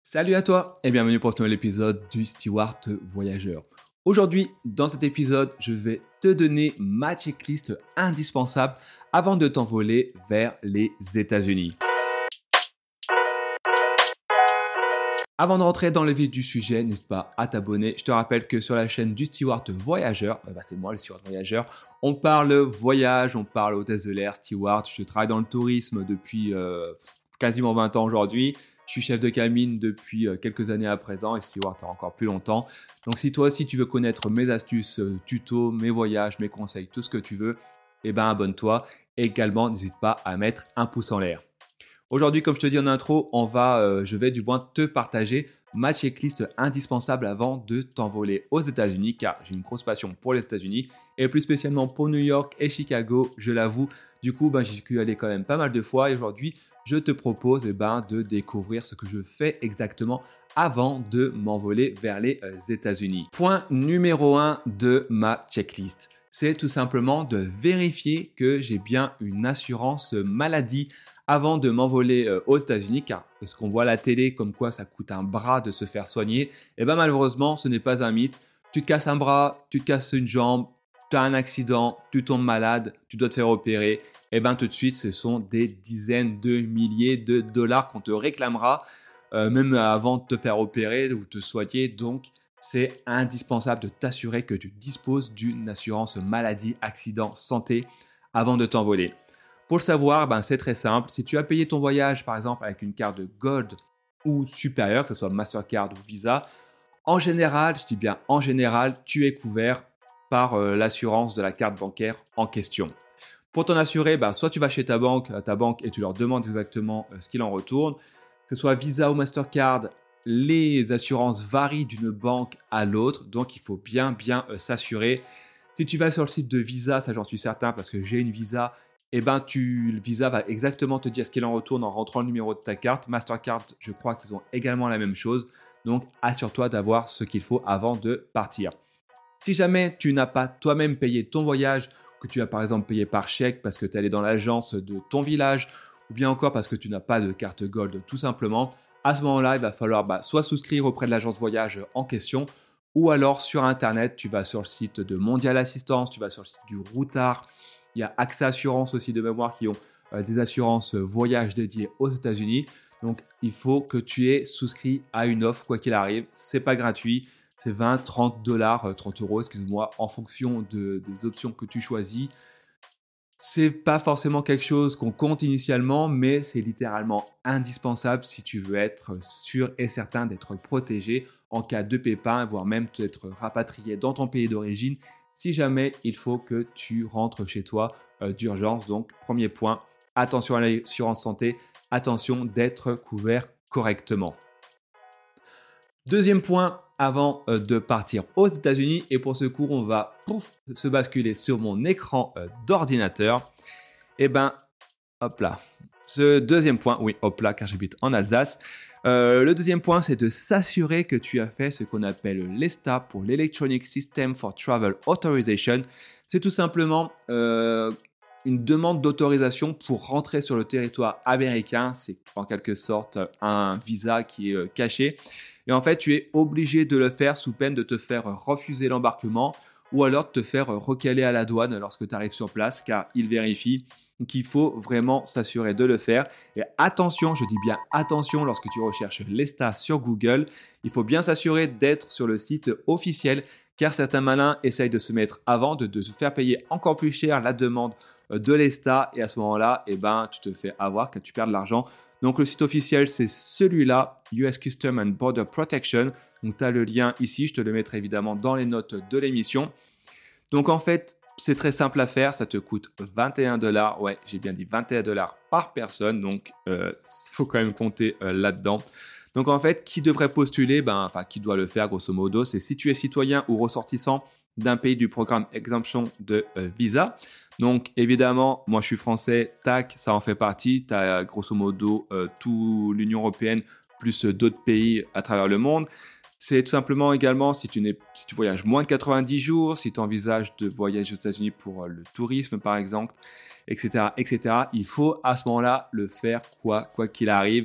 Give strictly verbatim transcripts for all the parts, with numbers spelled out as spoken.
Salut à toi et bienvenue pour ce nouvel épisode du Steward Voyageur. Aujourd'hui, dans cet épisode, je vais te donner ma checklist indispensable avant de t'envoler vers les États-Unis. Avant de rentrer dans le vif du sujet, n'hésite pas à t'abonner. Je te rappelle que sur la chaîne du Steward Voyageur, bah c'est moi le Steward Voyageur, on parle voyage, on parle hôtesse de l'air, steward. Je travaille dans le tourisme depuis euh, quasiment vingt ans aujourd'hui. Je suis chef de cabine depuis quelques années à présent et steward encore plus longtemps. Donc si toi aussi tu veux connaître mes astuces, tutos, mes voyages, mes conseils, tout ce que tu veux, eh ben abonne-toi. Et également, n'hésite pas à mettre un pouce en l'air. Aujourd'hui, comme je te dis en intro, on va, euh, je vais du moins te partager ma checklist indispensable avant de t'envoler aux États-Unis, car j'ai une grosse passion pour les États-Unis et plus spécialement pour New York et Chicago, je l'avoue. Du coup, ben, j'y suis allé quand même pas mal de fois et aujourd'hui, je te propose eh ben, de découvrir ce que je fais exactement avant de m'envoler vers les euh, États-Unis. Point numéro un de ma checklist, c'est tout simplement de vérifier que j'ai bien une assurance maladie avant de m'envoler euh, aux États-Unis, car ce qu'on voit à la télé comme quoi ça coûte un bras de se faire soigner, et bien malheureusement ce n'est pas un mythe. Tu te casses un bras, tu te casses une jambe, tu as un accident, tu tombes malade, tu dois te faire opérer, et bien tout de suite ce sont des dizaines de milliers de dollars qu'on te réclamera, euh, même avant de te faire opérer ou te soigner. Donc c'est indispensable de t'assurer que tu disposes d'une assurance maladie, accident, santé avant de t'envoler. Pour le savoir, ben c'est très simple. Si tu as payé ton voyage, par exemple, avec une carte de Gold ou supérieure, que ce soit Mastercard ou Visa, en général, je dis bien en général, tu es couvert par euh, l'assurance de la carte bancaire en question. Pour t'en assurer, ben, soit tu vas chez ta banque, à ta banque et tu leur demandes exactement euh, ce qu'il en retourne. Que ce soit Visa ou Mastercard, les assurances varient d'une banque à l'autre, donc il faut bien, bien euh, s'assurer. Si tu vas sur le site de Visa, ça j'en suis certain parce que j'ai une Visa, eh ben, tu, le Visa va exactement te dire ce qu'il en retourne en rentrant le numéro de ta carte. Mastercard, je crois qu'ils ont également la même chose. Donc, assure-toi d'avoir ce qu'il faut avant de partir. Si jamais tu n'as pas toi-même payé ton voyage, que tu as par exemple payé par chèque parce que tu es allé dans l'agence de ton village, ou bien encore parce que tu n'as pas de carte Gold tout simplement, à ce moment-là, il va falloir bah, soit souscrire auprès de l'agence voyage en question, ou alors sur Internet, tu vas sur le site de Mondial Assistance, tu vas sur le site du Routard. Il y a AXA Assurance aussi de mémoire qui ont euh, des assurances euh, voyage dédiées aux États-Unis. Donc, il faut que tu aies souscrit à une offre, quoi qu'il arrive. C'est pas gratuit. C'est vingt, trente dollars, trente euros, excuse-moi, en fonction de, des options que tu choisis. C'est pas forcément quelque chose qu'on compte initialement, mais c'est littéralement indispensable si tu veux être sûr et certain d'être protégé en cas de pépin, voire même d'être rapatrié dans ton pays d'origine si jamais il faut que tu rentres chez toi euh, d'urgence. Donc, premier point, attention à l'assurance santé, attention d'être couvert correctement. Deuxième point, avant euh, de partir aux États-Unis, et pour ce cours, on va pouf, se basculer sur mon écran euh, d'ordinateur. Et ben, hop là. Ce deuxième point, oui, hop là, car j'habite en Alsace. Euh, le deuxième point, c'est de s'assurer que tu as fait ce qu'on appelle l'E S T A pour l'Electronic System for Travel Authorization. C'est tout simplement euh, une demande d'autorisation pour rentrer sur le territoire américain. C'est en quelque sorte un visa qui est euh, caché. Et en fait, tu es obligé de le faire sous peine de te faire refuser l'embarquement ou alors de te faire recaler à la douane lorsque tu arrives sur place, car ils vérifient. Donc, il faut vraiment s'assurer de le faire. Et attention, je dis bien attention lorsque tu recherches l'E S T A sur Google. Il faut bien s'assurer d'être sur le site officiel, car certains malins essayent de se mettre avant, de, de se faire payer encore plus cher la demande de l'E S T A. Et à ce moment-là, eh ben, tu te fais avoir car tu perds de l'argent. Donc, le site officiel, c'est celui-là, U S Customs and Border Protection. Donc, tu as le lien ici. Je te le mettrai évidemment dans les notes de l'émission. Donc, en fait, c'est très simple à faire, ça te coûte vingt et un dollars. Ouais, j'ai bien dit vingt et un dollars par personne, donc il euh, faut quand même compter euh, là-dedans. Donc en fait, qui devrait postuler, ben, enfin qui doit le faire grosso modo, c'est si tu es citoyen ou ressortissant d'un pays du programme Exemption de euh, Visa. Donc évidemment, moi je suis français, tac, ça en fait partie. Tu as grosso modo euh, toute l'Union européenne plus euh, d'autres pays à travers le monde. C'est tout simplement également si tu, n'es, si tu voyages moins de quatre-vingt-dix jours, si tu envisages de voyager aux États-Unis pour le tourisme par exemple, et cetera, et cetera. Il faut à ce moment-là le faire quoi, quoi qu'il arrive.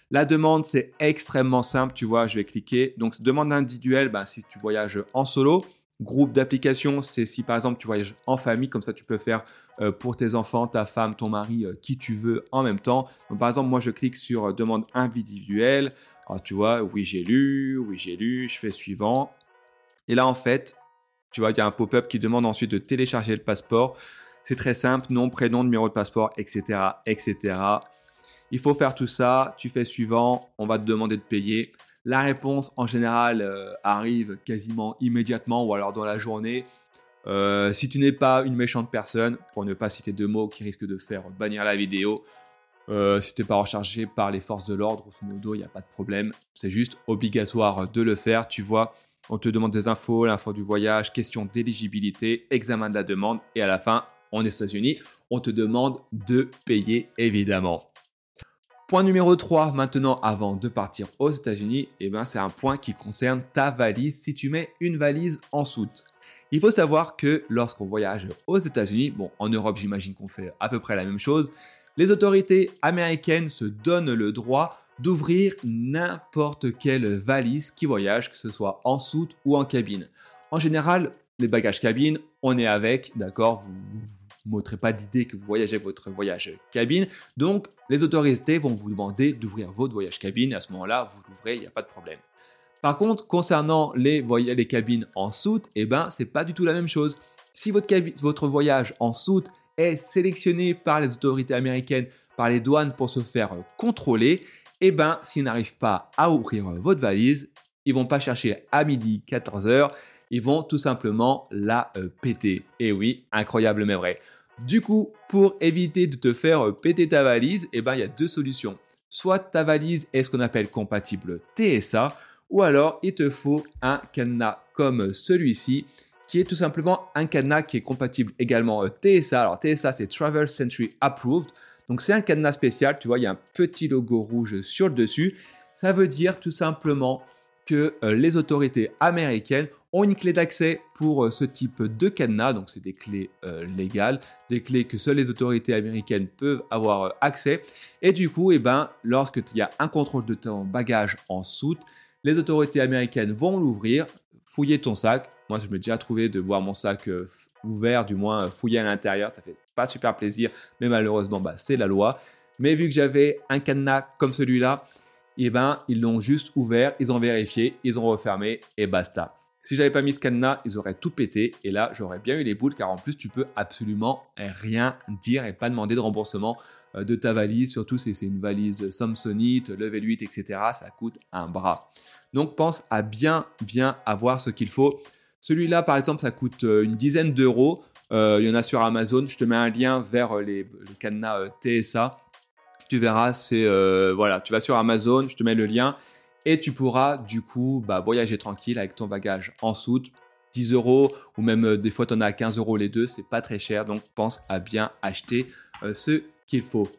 La demande, c'est extrêmement simple, tu vois, je vais cliquer. Donc, demande individuelle, ben, si tu voyages en solo. Groupe d'application, c'est si par exemple tu voyages en famille, comme ça tu peux faire euh, pour tes enfants, ta femme, ton mari, euh, qui tu veux en même temps. Donc par exemple, moi je clique sur euh, demande individuelle. Alors tu vois, oui j'ai lu, oui j'ai lu, je fais suivant. Et là en fait, tu vois, il y a un pop-up qui demande ensuite de télécharger le passeport. C'est très simple, nom, prénom, numéro de passeport, et cetera, et cetera. Il faut faire tout ça, tu fais suivant, on va te demander de payer. La réponse, en général, euh, arrive quasiment immédiatement ou alors dans la journée. Euh, si tu n'es pas une méchante personne, pour ne pas citer deux mots qui risquent de faire bannir la vidéo, euh, si tu n'es pas rechargé par les forces de l'ordre, grosso modo, il n'y a pas de problème. C'est juste obligatoire de le faire. Tu vois, on te demande des infos, l'info du voyage, question d'éligibilité, examen de la demande et à la fin, on est aux États-Unis, on te demande de payer évidemment. Point numéro trois, maintenant, avant de partir aux États-Unis, eh ben, c'est un point qui concerne ta valise si tu mets une valise en soute. Il faut savoir que lorsqu'on voyage aux États-Unis, bon, en Europe, j'imagine qu'on fait à peu près la même chose, les autorités américaines se donnent le droit d'ouvrir n'importe quelle valise qui voyage, que ce soit en soute ou en cabine. En général, les bagages cabine, on est avec, d'accord, vous, vous m'ôterez pas l'idée que vous voyagez votre voyage cabine. Donc, les autorités vont vous demander d'ouvrir votre voyage cabine. Et à ce moment-là, vous l'ouvrez, il n'y a pas de problème. Par contre, concernant les, voy- les cabines en soute, eh ben, c'est pas du tout la même chose. Si votre, cabi- votre voyage en soute est sélectionné par les autorités américaines, par les douanes pour se faire contrôler, eh ben, s'ils n'arrivent pas à ouvrir votre valise, ils vont pas chercher à midi, quatorze heures, ils vont tout simplement la euh, péter. Et oui, incroyable mais vrai. Du coup, pour éviter de te faire péter ta valise, eh ben, il y a deux solutions. Soit ta valise est ce qu'on appelle compatible T S A, ou alors il te faut un cadenas comme celui-ci, qui est tout simplement un cadenas qui est compatible également T S A. Alors T S A, c'est Travel Century Approved. Donc c'est un cadenas spécial, tu vois, il y a un petit logo rouge sur le dessus. Ça veut dire tout simplement que euh, les autorités américaines ont une clé d'accès pour euh, ce type de cadenas. Donc c'est des clés euh, légales, des clés que seules les autorités américaines peuvent avoir euh, accès. Et du coup, eh ben, lorsque il y a un contrôle de ton bagage en soute, les autorités américaines vont l'ouvrir, fouiller ton sac. Moi, je me déjà trouvé de voir mon sac euh, ouvert, du moins euh, fouillé à l'intérieur. Ça fait pas super plaisir, mais malheureusement, bah, c'est la loi. Mais vu que j'avais un cadenas comme celui-là, eh ben, ils l'ont juste ouvert, ils ont vérifié, ils ont refermé et basta. Si j'avais pas mis ce cadenas, ils auraient tout pété et là, j'aurais bien eu les boules car en plus, tu peux absolument rien dire et pas demander de remboursement de ta valise, surtout si c'est une valise Samsonite, Level huit, et cetera. Ça coûte un bras. Donc, pense à bien, bien avoir ce qu'il faut. Celui-là, par exemple, ça coûte une dizaine d'euros. Euh, il y en a sur Amazon. Je te mets un lien vers les, le cadenas euh, T S A. Tu verras, c'est euh, voilà, tu vas sur Amazon, je te mets le lien et tu pourras du coup bah, voyager tranquille avec ton bagage en soute. dix euros ou même euh, des fois tu en as à quinze euros les deux, c'est pas très cher, donc pense à bien acheter euh, ce qu'il faut.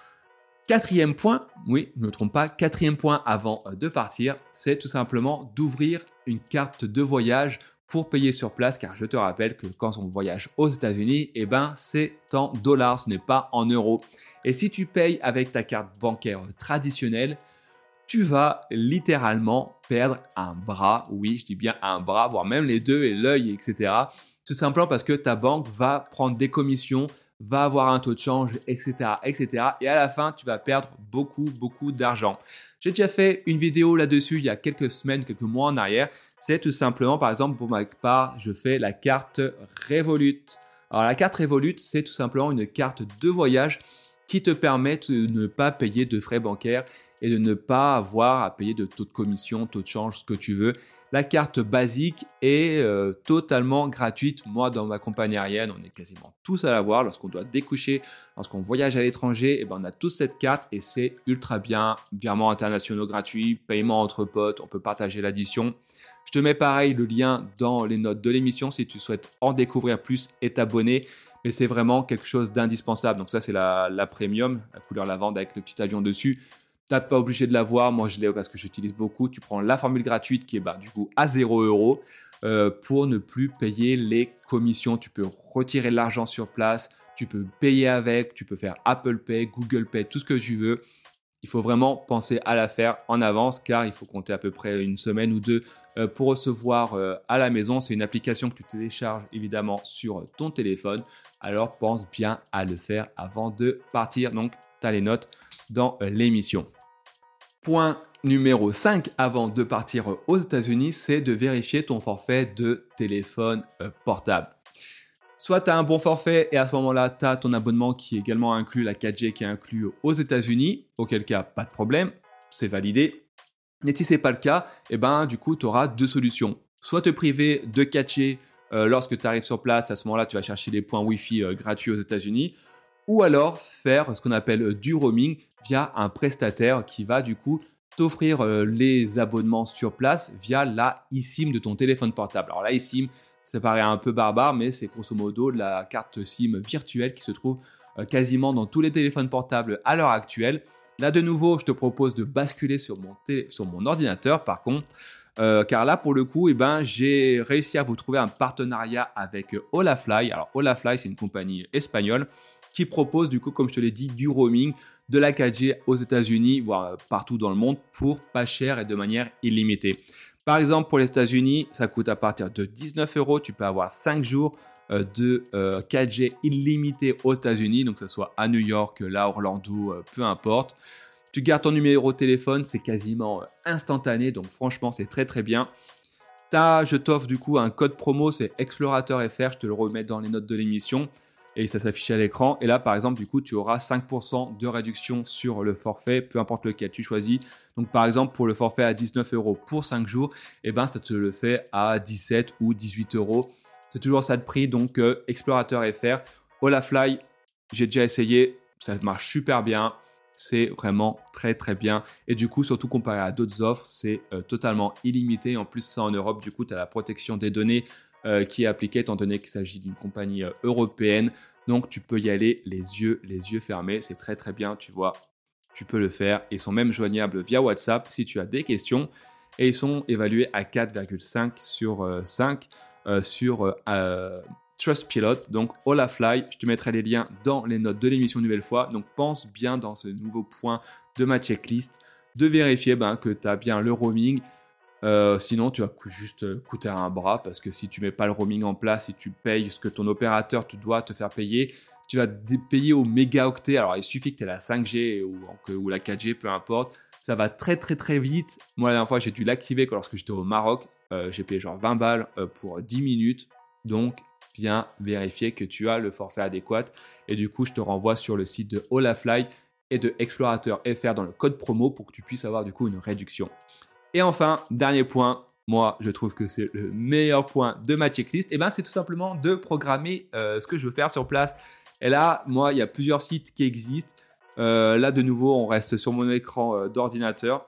Quatrième point, oui, je ne me trompe pas, quatrième point avant de partir, c'est tout simplement d'ouvrir une carte de voyage pour payer sur place, car je te rappelle que quand on voyage aux États-Unis, eh ben, c'est en dollars, ce n'est pas en euros. Et si tu payes avec ta carte bancaire traditionnelle, tu vas littéralement perdre un bras, oui, je dis bien un bras, voire même les deux et l'œil, et cetera. Tout simplement parce que ta banque va prendre des commissions, va avoir un taux de change, et cetera, et cetera. Et à la fin, tu vas perdre beaucoup, beaucoup d'argent. J'ai déjà fait une vidéo là-dessus il y a quelques semaines, quelques mois en arrière. C'est tout simplement, par exemple, pour ma part, je fais la carte Revolut. Alors, la carte Revolut, c'est tout simplement une carte de voyage qui te permet de ne pas payer de frais bancaires et de ne pas avoir à payer de taux de commission, taux de change, ce que tu veux. La carte basique est euh, totalement gratuite. Moi, dans ma compagnie aérienne, on est quasiment tous à l'avoir. Lorsqu'on doit découcher, lorsqu'on voyage à l'étranger, eh ben, on a tous cette carte et c'est ultra bien. Virements internationaux gratuits, paiement entre potes, on peut partager l'addition. Je te mets pareil le lien dans les notes de l'émission si tu souhaites en découvrir plus et t'abonner. Mais c'est vraiment quelque chose d'indispensable. Donc ça, c'est la, la premium, la couleur lavande avec le petit avion dessus. Tu n'es pas obligé de l'avoir. Moi, je l'ai parce que j'utilise beaucoup. Tu prends la formule gratuite qui est bah, du coup à zéro euros euh, pour ne plus payer les commissions. Tu peux retirer de l'argent sur place. Tu peux payer avec. Tu peux faire Apple Pay, Google Pay, tout ce que tu veux. il faut vraiment penser à la faire en avance car il faut compter à peu près une semaine ou deux euh, pour recevoir euh, à la maison. C'est une application que tu télécharges évidemment sur ton téléphone. Alors pense bien à le faire avant de partir. Donc tu as les notes dans euh, l'émission. Point numéro cinq avant de partir aux États-Unis, c'est de vérifier ton forfait de téléphone euh, portable. Soit tu as un bon forfait et à ce moment-là, tu as ton abonnement qui est également inclus, la quatre G qui est inclus aux États-Unis, auquel cas, pas de problème, c'est validé. Mais si ce n'est pas le cas, eh ben, du coup, tu auras deux solutions. Soit te priver de quatre G euh, lorsque tu arrives sur place, à ce moment-là, tu vas chercher des points Wi-Fi euh, gratuits aux États-Unis, ou alors faire ce qu'on appelle du roaming via un prestataire qui va du coup t'offrir euh, les abonnements sur place via la eSIM de ton téléphone portable. Alors la eSIM, ça paraît un peu barbare, mais c'est grosso modo la carte SIM virtuelle qui se trouve euh, quasiment dans tous les téléphones portables à l'heure actuelle. Là, de nouveau, je te propose de basculer sur mon, télé- sur mon ordinateur, par contre, euh, car là, pour le coup, eh ben, j'ai réussi à vous trouver un partenariat avec euh, Holafly. Alors, Holafly, c'est une compagnie espagnole qui propose, du coup, comme je te l'ai dit, du roaming, de la quatre G aux États-Unis, voire euh, partout dans le monde, pour pas cher et de manière illimitée. Par exemple, pour les États-Unis, ça coûte à partir de dix-neuf euros. Tu peux avoir cinq jours euh, de euh, quatre G illimité aux États-Unis, donc que ce soit à New York, là, Orlando, euh, peu importe. Tu gardes ton numéro de téléphone, c'est quasiment euh, instantané, donc franchement, c'est très très bien. T'as, je t'offre du coup un code promo, c'est Explorateur F R, je te le remets dans les notes de l'émission. Et ça s'affiche à l'écran. Et là, par exemple, du coup, tu auras cinq pour cent de réduction sur le forfait, peu importe lequel tu choisis. Donc, par exemple, pour le forfait à dix-neuf euros pour cinq jours, eh ben, ça te le fait à dix-sept ou dix-huit euros. C'est toujours ça de prix. Donc, euh, Explorateur F R, Holafly, j'ai déjà essayé. Ça marche super bien. C'est vraiment très, très bien. Et du coup, surtout comparé à d'autres offres, c'est euh, totalement illimité. En plus, ça en Europe, du coup, tu as la protection des données Euh, qui est appliquée étant donné qu'il s'agit d'une compagnie euh, européenne. Donc, tu peux y aller les yeux, les yeux fermés. C'est très, très bien, tu vois. Tu peux le faire. Ils sont même joignables via WhatsApp si tu as des questions. Et ils sont évalués à quatre virgule cinq sur euh, cinq euh, sur euh, euh, Trustpilot. Donc, Holafly, je te mettrai les liens dans les notes de l'émission une nouvelle fois. Donc, pense bien dans ce nouveau point de ma checklist de vérifier ben, que tu as bien le roaming. Euh, sinon, tu vas juste coûter un bras parce que si tu mets pas le roaming en place et tu payes ce que ton opérateur te doit te faire payer, tu vas payer au mégaoctet. Alors, il suffit que tu aies la cinq G ou, ou la quatre G, peu importe. Ça va très, très, très vite. Moi, la dernière fois, j'ai dû l'activer lorsque j'étais au Maroc. Euh, j'ai payé genre vingt balles euh, pour dix minutes. Donc, bien vérifier que tu as le forfait adéquat. Et du coup, je te renvoie sur le site de Holafly et de Explorateur F R dans le code promo pour que tu puisses avoir du coup une réduction. Et enfin, dernier point, moi je trouve que c'est le meilleur point de ma checklist, et ben c'est tout simplement de programmer euh, ce que je veux faire sur place. Et là, moi, il y a plusieurs sites qui existent. Euh, là, de nouveau, on reste sur mon écran euh, d'ordinateur.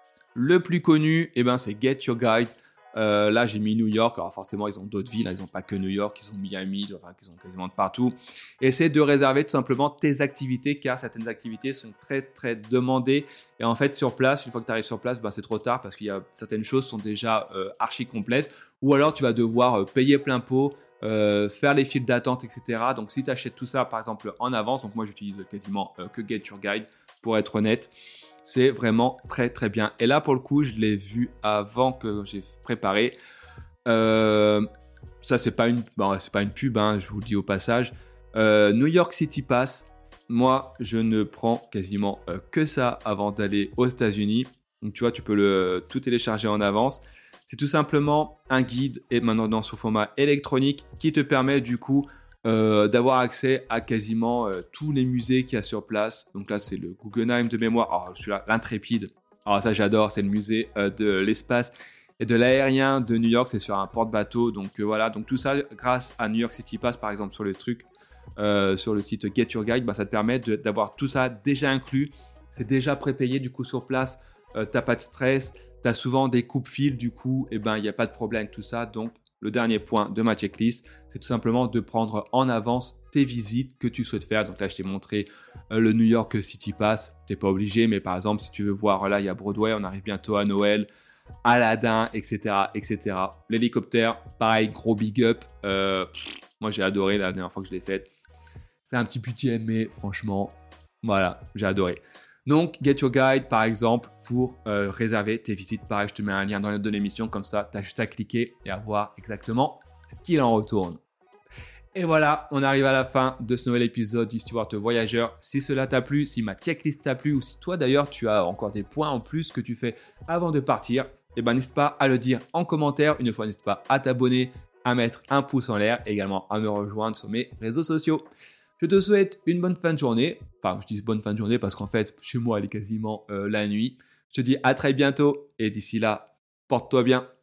Le plus connu, eh ben, c'est Get Your Guide. Euh, là, j'ai mis New York. Alors forcément, ils ont d'autres villes. Hein. Ils n'ont pas que New York. Ils ont Miami. Enfin, ils ont quasiment de partout. Essaie de réserver tout simplement tes activités car certaines activités sont très, très demandées. Et en fait, sur place, une fois que tu arrives sur place, ben, c'est trop tard parce qu'il y a certaines choses sont déjà euh, archi complètes. Ou alors, tu vas devoir euh, payer plein pot, euh, faire les files d'attente, et cetera. Donc, si tu achètes tout ça, par exemple, en avance, donc moi, j'utilise quasiment euh, que Get Your Guide pour être honnête. C'est vraiment très très bien. Et là, pour le coup, je l'ai vu avant que j'ai préparé. Euh, ça, c'est pas une, bon, c'est pas une pub, hein, je vous le dis au passage. Euh, New York City Pass. Moi, je ne prends quasiment euh, que ça avant d'aller aux États-Unis. Donc, tu vois, tu peux le tout télécharger en avance. C'est tout simplement un guide et maintenant dans son format électronique qui te permet du coup Euh, d'avoir accès à quasiment euh, tous les musées qu'il y a sur place. Donc là, c'est le Guggenheim de mémoire. Alors celui-là, l'Intrépide. Alors ça, j'adore. C'est le musée euh, de l'espace et de l'aérien de New York. C'est sur un porte-bateau. Donc euh, voilà. Donc tout ça, grâce à New York City Pass, par exemple, sur le truc, euh, sur le site Get Your Guide, bah, ça te permet de, d'avoir tout ça déjà inclus. C'est déjà prépayé du coup sur place. Euh, t'as pas de stress. T'as souvent des coupes-fils. Du coup, et ben il n'y a pas de problème avec tout ça. Donc le dernier point de ma checklist, c'est tout simplement de prendre en avance tes visites que tu souhaites faire. Donc là, je t'ai montré euh, le New York City Pass. Tu n'es pas obligé, mais par exemple, si tu veux voir, là, il y a Broadway, on arrive bientôt à Noël, Aladdin, et cetera, et cetera. L'hélicoptère, pareil, gros big up. Euh, pff, moi, j'ai adoré la dernière fois que je l'ai faite. C'est un petit budget, mais franchement, voilà, j'ai adoré. Donc, Get Your Guide, par exemple, pour euh, réserver tes visites. Pareil, je te mets un lien dans les notes de l'émission, comme ça, tu as juste à cliquer et à voir exactement ce qu'il en retourne. Et voilà, on arrive à la fin de ce nouvel épisode du Steward Voyageur. Si cela t'a plu, si ma checklist t'a plu, ou si toi d'ailleurs tu as encore des points en plus que tu fais avant de partir, eh ben, n'hésite pas à le dire en commentaire. Une fois, n'hésite pas à t'abonner, à mettre un pouce en l'air et également à me rejoindre sur mes réseaux sociaux. Je te souhaite une bonne fin de journée. Enfin, je dis bonne fin de journée parce qu'en fait, chez moi, elle est quasiment euh, la nuit. Je te dis à très bientôt et d'ici là, porte-toi bien.